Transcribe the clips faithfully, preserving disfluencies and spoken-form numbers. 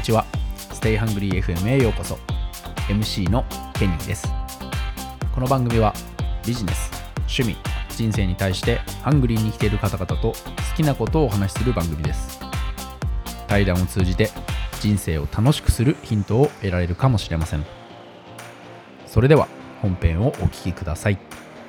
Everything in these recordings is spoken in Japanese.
ちは。ステイハングリー エフエム へようこそ。 エムシー のケニーです。この番組はビジネス、趣味、人生に対してハングリーに生きている方々と好きなことをお話しする番組です。対談を通じて人生を楽しくするヒントを得られるかもしれません。それでは本編をお聞きください。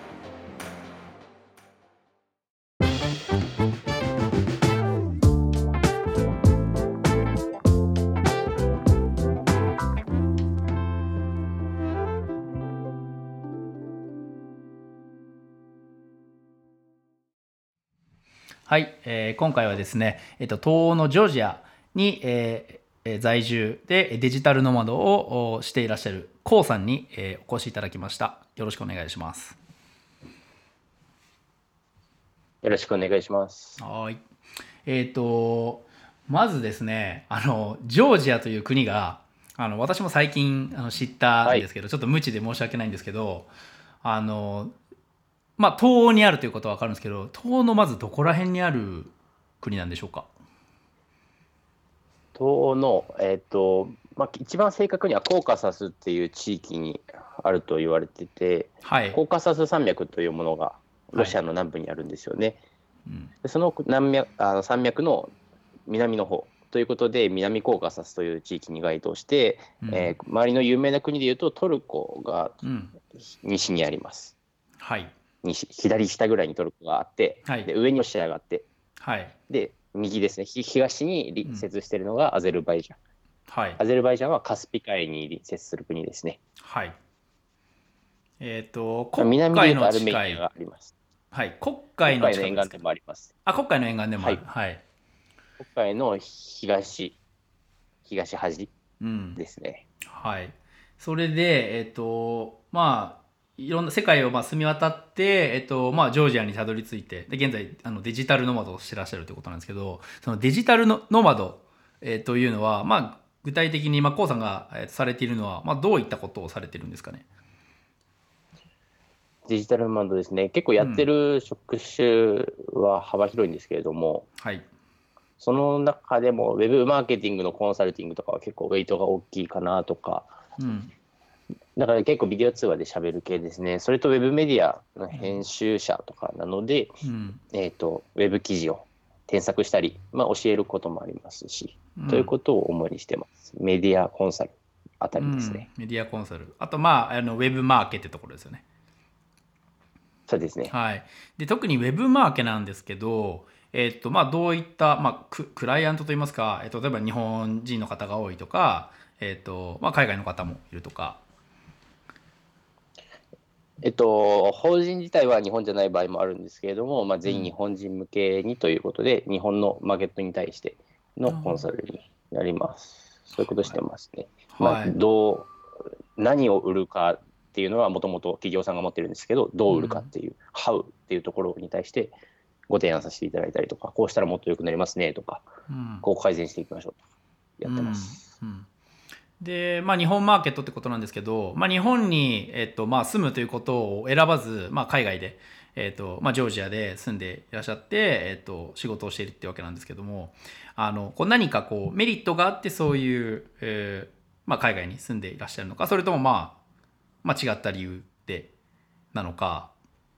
はい、えー今回はですね、えっと、東欧のジョージアに、えーえー在住でデジタルノマドをおしていらっしゃるコウさんに、えーお越しいただきました。よろしくお願いします。 よろしくお願いします。 はい。えっと、まずですね、あの、ジョージアという国が、あの、私も最近あの知ったはい。 んですけど、ちょっと無知で申し訳ないんですけど、あの、まあ、東欧にあるということは分かるんですけど、東欧のまずどこら辺にある国なんでしょうか。 東欧の、えっと、まあ、一番正確にはコーカサスっていう地域にあると言われてて、 はい。 コーカサス山脈というものがロはい。 シアの南部にあるんですよね。 うん。 でその南脈あの山脈の南の方ということで、南コーカサスという地域に該当して、 うん。 えー周りの有名な国でいうとトルコがうん。 西にあります。 はい。 西、左下ぐらいにトルコがあって、 はい。 で上にロシアがあって、 はい。 で、右ですね、ひ東にうん。 隣接しているのがアゼルバイジャン。 はい。 アゼルバイジャンはカスピ海に隣接する国ですね。 はい。えっと、 まあ、 黒海の南でいうとアルメニア近い、 があります。 はい。黒黒海の海の沿岸で近くですか。 もあります。 あ、黒海の沿岸でもある。 はい。 はい。 黒海の東、東端うん。 ですね。 はい。それで、えっと、まあ、いろんな世界をまあ住み渡って、えっと、まあ、ジョージアにたどり着いて、で、現在、あのデジタルノマドをしてらっしゃるということなんですけど、そのデジタルのノマド、えーというのは、まあ、具体的に、まあ、コウさんがえーされているのは、まあ、どういったことをされているんですかね。 デジタルマンドですね。結構やってうん。 る職種は幅広いんですけれども、 はい。 その中でもウェブマーケティングのコンサルティングとかは結構ウェイトが大きいかなとか、 うん。 だから結構ビデオ通話で喋る系ですね。それとウェブメディアの編集者とかなので、 うん。 えっと、ウェブ記事を添削したり、まあ、教えることもありますし、といううん。 ことを主にしてます。メディアコンサルあたうん。 りですね。 メディアコンサル。あと、まあ、あのウェブマーケってところですよね。 そうですね。 はい。で、特にウェブマーケなんですけど、えっと、まあ、どういった、まあ、ク、クライアントといいますか、えっと、例えば日本人の方が多いとか、えっと、まあ、海外の方もいるとか。 えっと、法人自体は日本じゃない場合もあるんですけれども、まあ、全員日うん。 本人向けにということで、日本のマーケットに対してのコンサルになります。そういうことしてますね。まあ、 はい。 どう、何を売るかっていうのはもともと企業さんが持ってるんですけど、どう売るかっうん。 ていう、How っていうところに対してご提案させていただいたりとか、こうしたらもっと良くなりますねとか、 うん。 こう改善していきましょうとか、やってまうん。 す。 うん。で、まあ、日本マーケットってことなんですけど、まあ、日本に、えっと、まあ、住むということを選ばず、まあ、海外で、えっと、まあ、ジョージアで住んでいらっしゃって、えっと、仕事をしているってわけなんですけども、あの、こう何かこう、メリットがあって、そういう、えーまあ、海外に住んでいらっしゃるのか、それともまあ、まあ、違った理由で、なのか。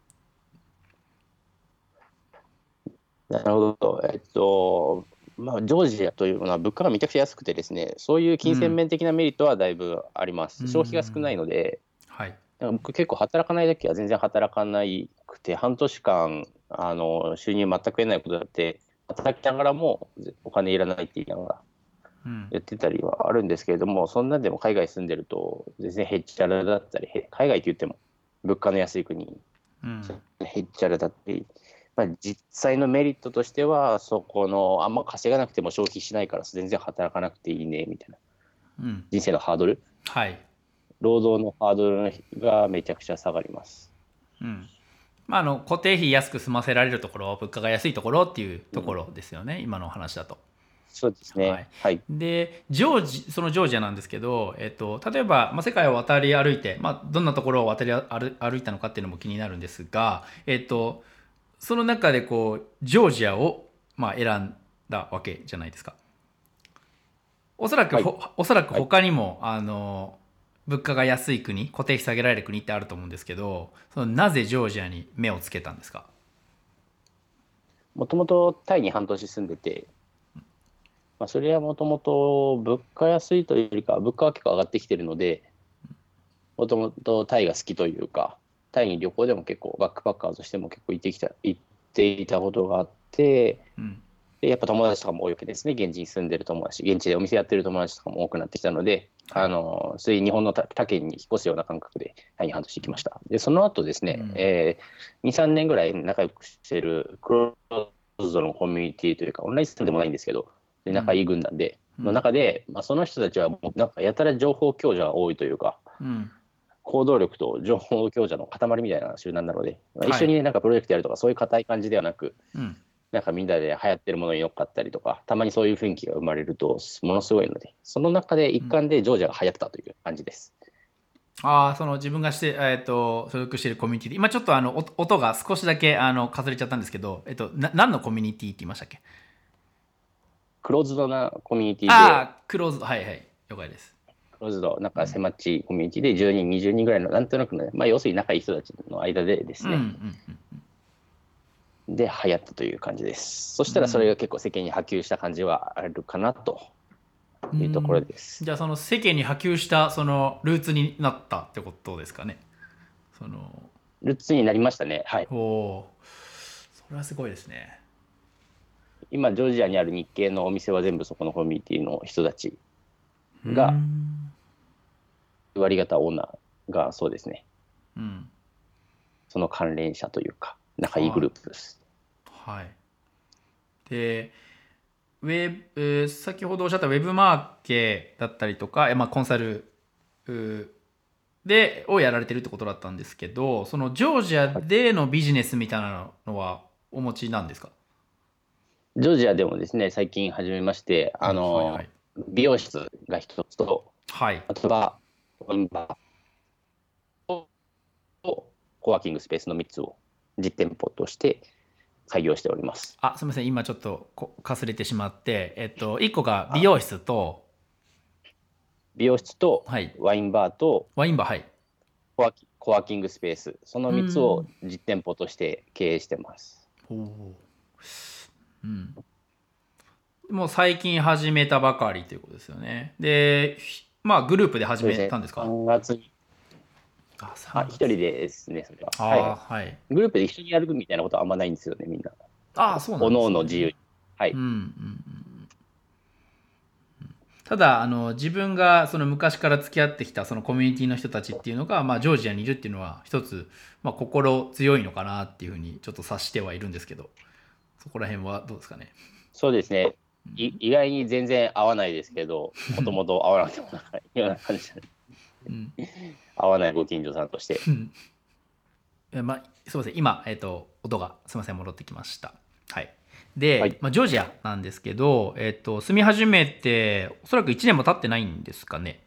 なるほど。えっと、まあ、ジョージアというのは物価がめちゃくちゃ安くてですね、そういう金銭うん。 面的なメリットはだいぶありまうす。消費が少なん。 いので、 はい。 なんか僕結構働かない時は全然働かなくて、半年間、あの、収入全く得ないことだって、働きながらもお金いらないって言いながらうん。 やってたりはあるんですけれども、そんなんでも海外住んでると、全然へっちゃらだったり、へ海外って言っても物価の安い国、 うん。 へっちゃらだったり、まあ、実際のメリットとしては、そこの、あんま稼がなくても消費しないから全然働かなくていいね、みたいな。 うん。 人生のハードル、 はい。 労働のハードルがめちゃくちゃ下がります。 うん。まあ、あの、固定費安く済ませられるところ、物価が安いところっていううん、 ところですよね、今のお話だと。 そうですね。 はい。 はい。 で、ジョージ、そのジョージアなんですけど、えっと、例えば、まあ、世界を渡り歩いて、まあ、どんなところを渡り歩歩いたのかっていうのも気になるんですが、えっと、その中でこう、ジョージアを、まあ、選んだわけじゃないですか。 おそらくはいほ、おそらくはい。 他にも、あの、物価が安い国、固定費下げられる国ってあると思うんですけど、そのなぜジョージアに目をつけたんですか？ もともとタイに半年住んでて、まあ、それはもともと物価安いというよりかは、物価は結構上がってきてるので、もともとタイが好きというか、タイに旅行でも結構バックパッカーとしても結構行ってきた、行っていたことがあって、 うん。 で、やっぱ友達とかも多いわけですね。現地に住んでる友達、現地でお店やってる友達とかも多くなってきたので、 はい。 あの、そういう日本の他他県に引っ越すような感覚でタイに半年行きました。で、その後ですね、 うん。 えー、に、さんねんぐらい仲良くしてるクローズドのコミュニティというか、オンラインシステムでもないんですけど、で仲いいうん。 軍団で、のうん。 中で、まあ、その人たちはもうなんかやたら情報強者が多いというか、 うん。 行動力と情報強者の塊みたいな集団なので、まあ、一はい。 緒にね、なんかプロジェクトやるとか、そういう硬い感じではなく、 うん。 なんかみんなで流行ってるものに乗っかったりとか、たまにそういう雰囲気が生まれると、ものすごいので、その中で一うん。 環でジョージアが流行ったという感じです。 ああ、その自分がして、えっと、所属しているコミュニティで、今ちょっとあの、お音が少しだけ、あの、かすれちゃったんですけど、えっと、な、何のコミュニティって言いましたっけ？ クローズドなコミュニティで、 ああー、クローズド。はいはい。了解です。 クローズド、なんうん。 か狭っちいコミュニティでじゅうにん、にじゅうにんぐらいの、なんとなくの、まあ、要するに仲いい人たちの間ででうん。うすね、 ん。 で流行ったという感じです。そしたらそれうん。 が結構世間に波及した感じはあるかなとういうところん。 です。 じゃあ、その世間に波及した、その、ルーツになったってことですかね。その、 ルーツになりましたね。はい。 おお、それはすごいですね。 今、ジョージアにある日系のお店は全部そこのコミュニティの人たちうが、 ん。 割り方オーナーがそうですね。 うん。 その関連者というか、仲いいグはループです。 い。はい。で、ウェブ、えー先ほどおっしゃったウェブマーケだったりとか、えまあ、コンサルうーで、をやられてるってことだったんですけど、そのジョージアはい、 でのビジネスみたいなのはお持ちなんですか？ ジョージアでもですね、最近始めまして、 あ、 あの、 はいはい。 美容室が一つと、 はい。 あとは、ワインバーとコワーキングスペースのみっつを実店舗として開業しております。 あ、すみません。今ちょっとこかすれてしまって、えっと、いっこが美あ、 容室と、 美容室とはい。 ワインバーとワインバー、はい。 コワーキコワーキングスペース、そのうーみっつをん。 実店舗として経営してます。 おお。うん。もう最近始めたばかりということですよね。で、ひまあ、グループで始めそうですね、 たんですか？ さんがつに、 あ、 あ、 3 一人月。 ですね、それは。はいはい。 ああ、はい。 グループで一緒にやるみたいなことはあんまないんですよね、みんな。 ああ、そうなおのおんですね。 の自由に。はい。 うんうんうん。ただ、あの、自分がその昔から付き合ってきたそのコミュニティの人たちっていうのが、まあ、ジョージアにいるっていうのは、一つ、まあ、心強いのかなっていうふうにちょっと察してはいるんですけど、そこら辺はどうですかね。 そうですね。い意外に全然合わないですけど、もともと合わなくてもないような感じで、 うん。 合わないご近所さんとして。 えまあ、すみません。今、えっと、音が、すみません、戻ってきました。はい。で、 はい。 まあ、ジョージアなんですけど、えっと、住み始めて、おそらくいちねんも経ってないんですかね。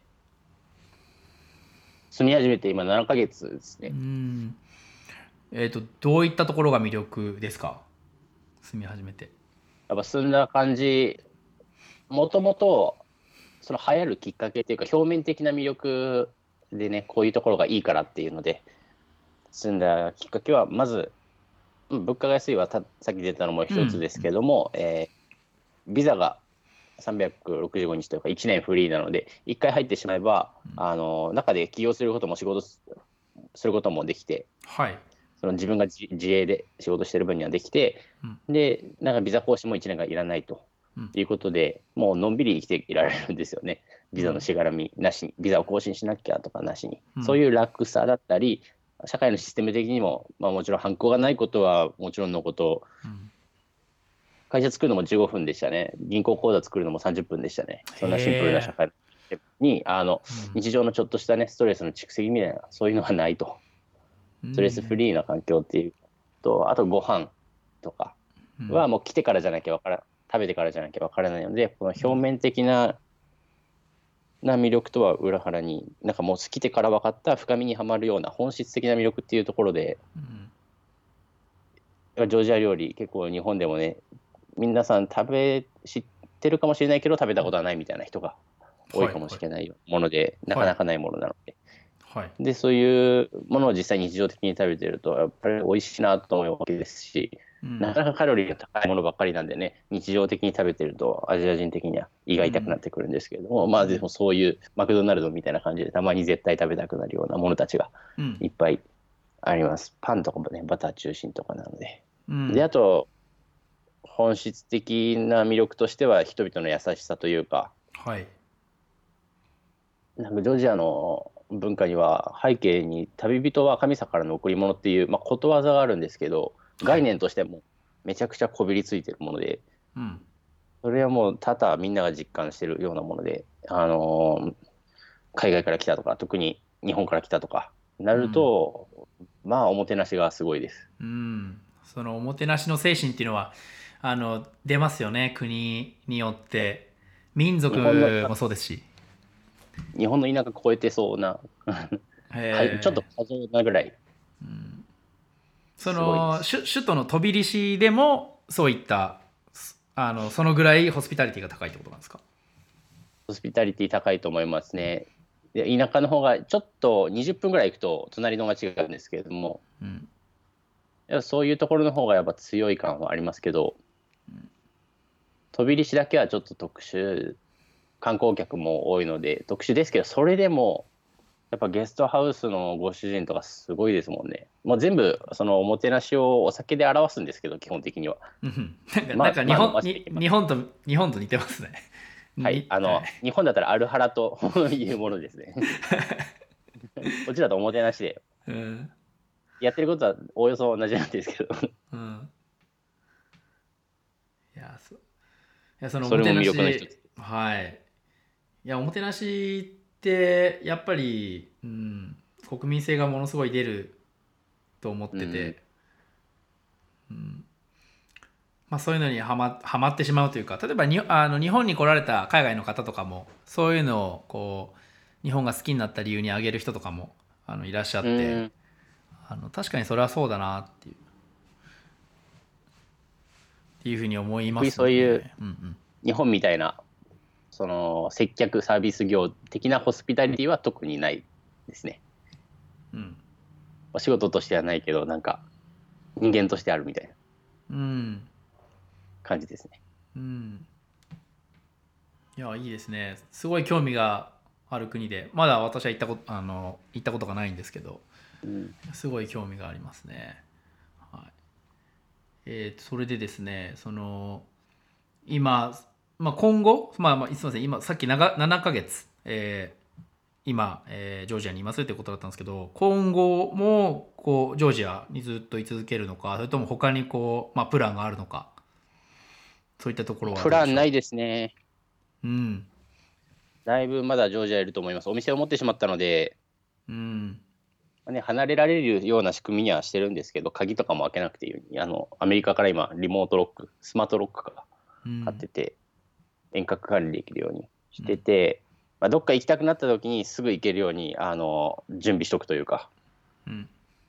住み始めて今ななかげつですうね。 ん。えっと、どういったところが魅力ですか？住み始めて。 やっぱ住んだ感じ、もともと、その流行るきっかけっていうか、表面的な魅力でね、こういうところがいいからっていうので、住んだきっかけは、まず、うん物価が安いはたさっき出たのもうん。 一つですけども、えービザがさんびゃくろくじゅうごにちというかいちねんフリーなので、いっかい入ってしまえば、あの中で起業することも仕事すすることもできて、 はい。 その自分が自自営で仕事してる分にはできて、 うん。 で、なんかビザ更新もいちねんがいらないとうん。 いうことで、もうのんびり生きていられるんですよね。ビザのうん。 しがらみなしに、ビザを更新しなきゃとかなしに。 うん。 そういう楽さだったり、社会のシステム的にも、まあ、もちろん犯行がないことはもちろんのこと、 うん。 会社作るのもじゅうごふんでしたね。銀行口座作るのもさんじゅっぷんでしたね。そんなシンプルな社へえ。 会に、あの、 うん。 日常のちょっとしたね、ストレスの蓄積みたいな、そういうのがないと。 うストレスフん。 リーな環境っていうと、あとご飯とかうん。 はもう来てからじゃなきゃわから、食べてからじゃなきゃわからないので、このうん。 表面的な、な魅力とは裏腹に、なんかもう来てから分かった深みにはまるような本質的な魅力っていうところで、 うん。 ジョージア料理、結構日本でもね、皆さん食べし、 ってるかもしれないけど食べたことはないみたいな人が多いかもしはいれないもので、なかなかないものなので。 はい。 で、そういうものを実際に日常的に食べてると、やっぱり美味しいなと思うわけですし、 うんなかなかカロリーが高いものばっかりなんでね、日常的に食べてると、アジア人的には胃が痛くなってくるんですけれども、まあでもそういうマクドナルドみたいな感じで、たまに絶対食べたくなるようなものたちがうんいっぱいあります。パンとかもね、バター中心とかなので。 うんで、あと、本質的な魅力としては、人々の優しさというか、 はいなんかジョージアの文化には背景に旅人は神様からの贈り物っていう、まあ、ことわざがあるんですけど、概はい。 念としてもめちゃくちゃこびりついてるもので、 うんそれはもう多々みんなが実感してるようなもので、あのー海外から来たとか、特に日本から来たとかなるうんと、まあおもてなしがすごいです。 うんそのおもてなしの精神っていうのはあの出ますよね、国によって民日本の族もそうですし。 日本の田舎超えてそうなかちょっとへえ。 過剰なぐらいそすごいです。 の首首都の飛び利市でもそういったあのそのぐらいホスピタリティが高いってことなんですか？ ホスピタリティ高いと思いますね。で、田舎の方がちょっとにじゅっぷんぐらい行くと隣の町があるんですけれども、 うんやっぱそういうところの方がやっぱ強い感はありますけど、飛び入り市だけはちょっと特殊、観光客も多いので特殊ですけど、それでもやっぱゲストハウスのご主人とかすごいですもんね。もう全部そのおもてなしをお酒で表すんですけど、基本的には。 うんなんかなんまあ、まあ飲か日本ませていきます。 に日本と日本と似てますね。 はい。 にはい。 あの、日本だったらアルハラというものですね。こっちだとおもてなしで、 うんやってることはおおよそ同じなんですけど、 うんいやそいやそのおそれももてな魅力の一つし、 です。 はいいやおもてなしってやっぱり、うん、国民性がものすごい出ると思っうん。 てて、まあ、そういうのにはま、はまってしまうというか、例えばにあの日本に来られた海外の方とかもそういうのをこう日本が好きになった理由に挙げる人とかもあのいらっしゃうって、 ん。 あの確かにそれはそうだなっていうっていうふうに思いま逆にすそういうね。うんうん日本みたいな、その接客サービス業的なホスピタリティは特にないですね。 うんお仕事としてはないけど、なんか人間としてあるみたいなうん感じですね。 うんいやいいですね。すごい興味がある国で、まだ私は行ったことあの行ったことがないんですけど、 うん。 すごい興味がありますね。はい。えーとそれでですね、その今、まあ、今後、まあ、まあすみません、今さっきなななかげつ、えー今、えージョージアにいますってことだったんですけど、今後もこうジョージアにずっと居続けるのか、それとも他にこう、まあ、プランがあるのか、そういったところはプどうでしょランないですね。 う？うんだいぶまだジョージアいると思います。お店を持ってしまったので、 うんね、離れられるような仕組みにはしてるんですけど、鍵とかも開けなくていいように、あの、アメリカから今、リモートロック、スマートロックかうん買ってて、遠隔管理できるようにしうんてて、まあ、どっか行きたくなった時にすぐ行けるように、あの、準備しとくというか、 うん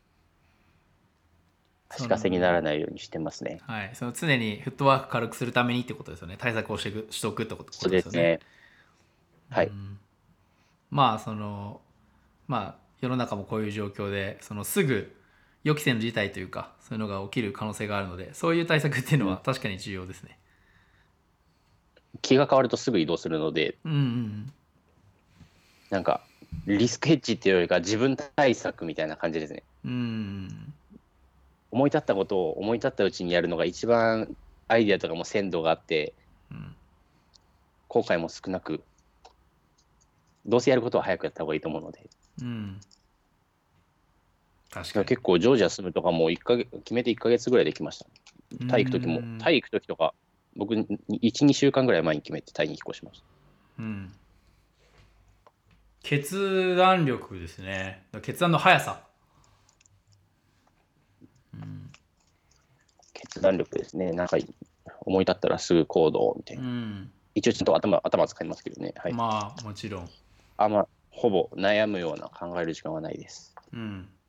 そ足かせにならのないようにしてますね。 はい、その常にフットワーク軽くするためにってことですよね。対策をしていくしておくってことこそうとですよね。 ですね。はい。 まあそのまあ世の中もこういう状況でそのすぐ予期せぬ事態というかそういうのが起きる可能性があるので、そういう対策っていうのうん、 は確かに重要ですね。 気が変わるとすぐ移動するので、 うんうんなんか、リスクヘッジっていうよりか自分対策みたいな感じですね。 うんうん思い立ったことを思い立ったうちにやるのが一番アイデアとかも鮮度があって、 うん後悔も少なく、どうせやることは早くやった方がいいと思うので。 うん確かに。 結構ジョージア住むとかもいっかげつ決めていっかげつぐらいできました。 うタイ行く時も、 んタイ行く時とか、僕いち、にしゅうかんぐらい前に決めてタイに引っ越しました。 うん決断力ですね。決断の速さ。 決断力ですね。なんか思い立ったらすぐ行動みたいな。 うん一応ちゃんと頭、頭使いますけどね。はい。 まあもちろん。 あんま、ほぼ悩むような考える時間はないです。 うん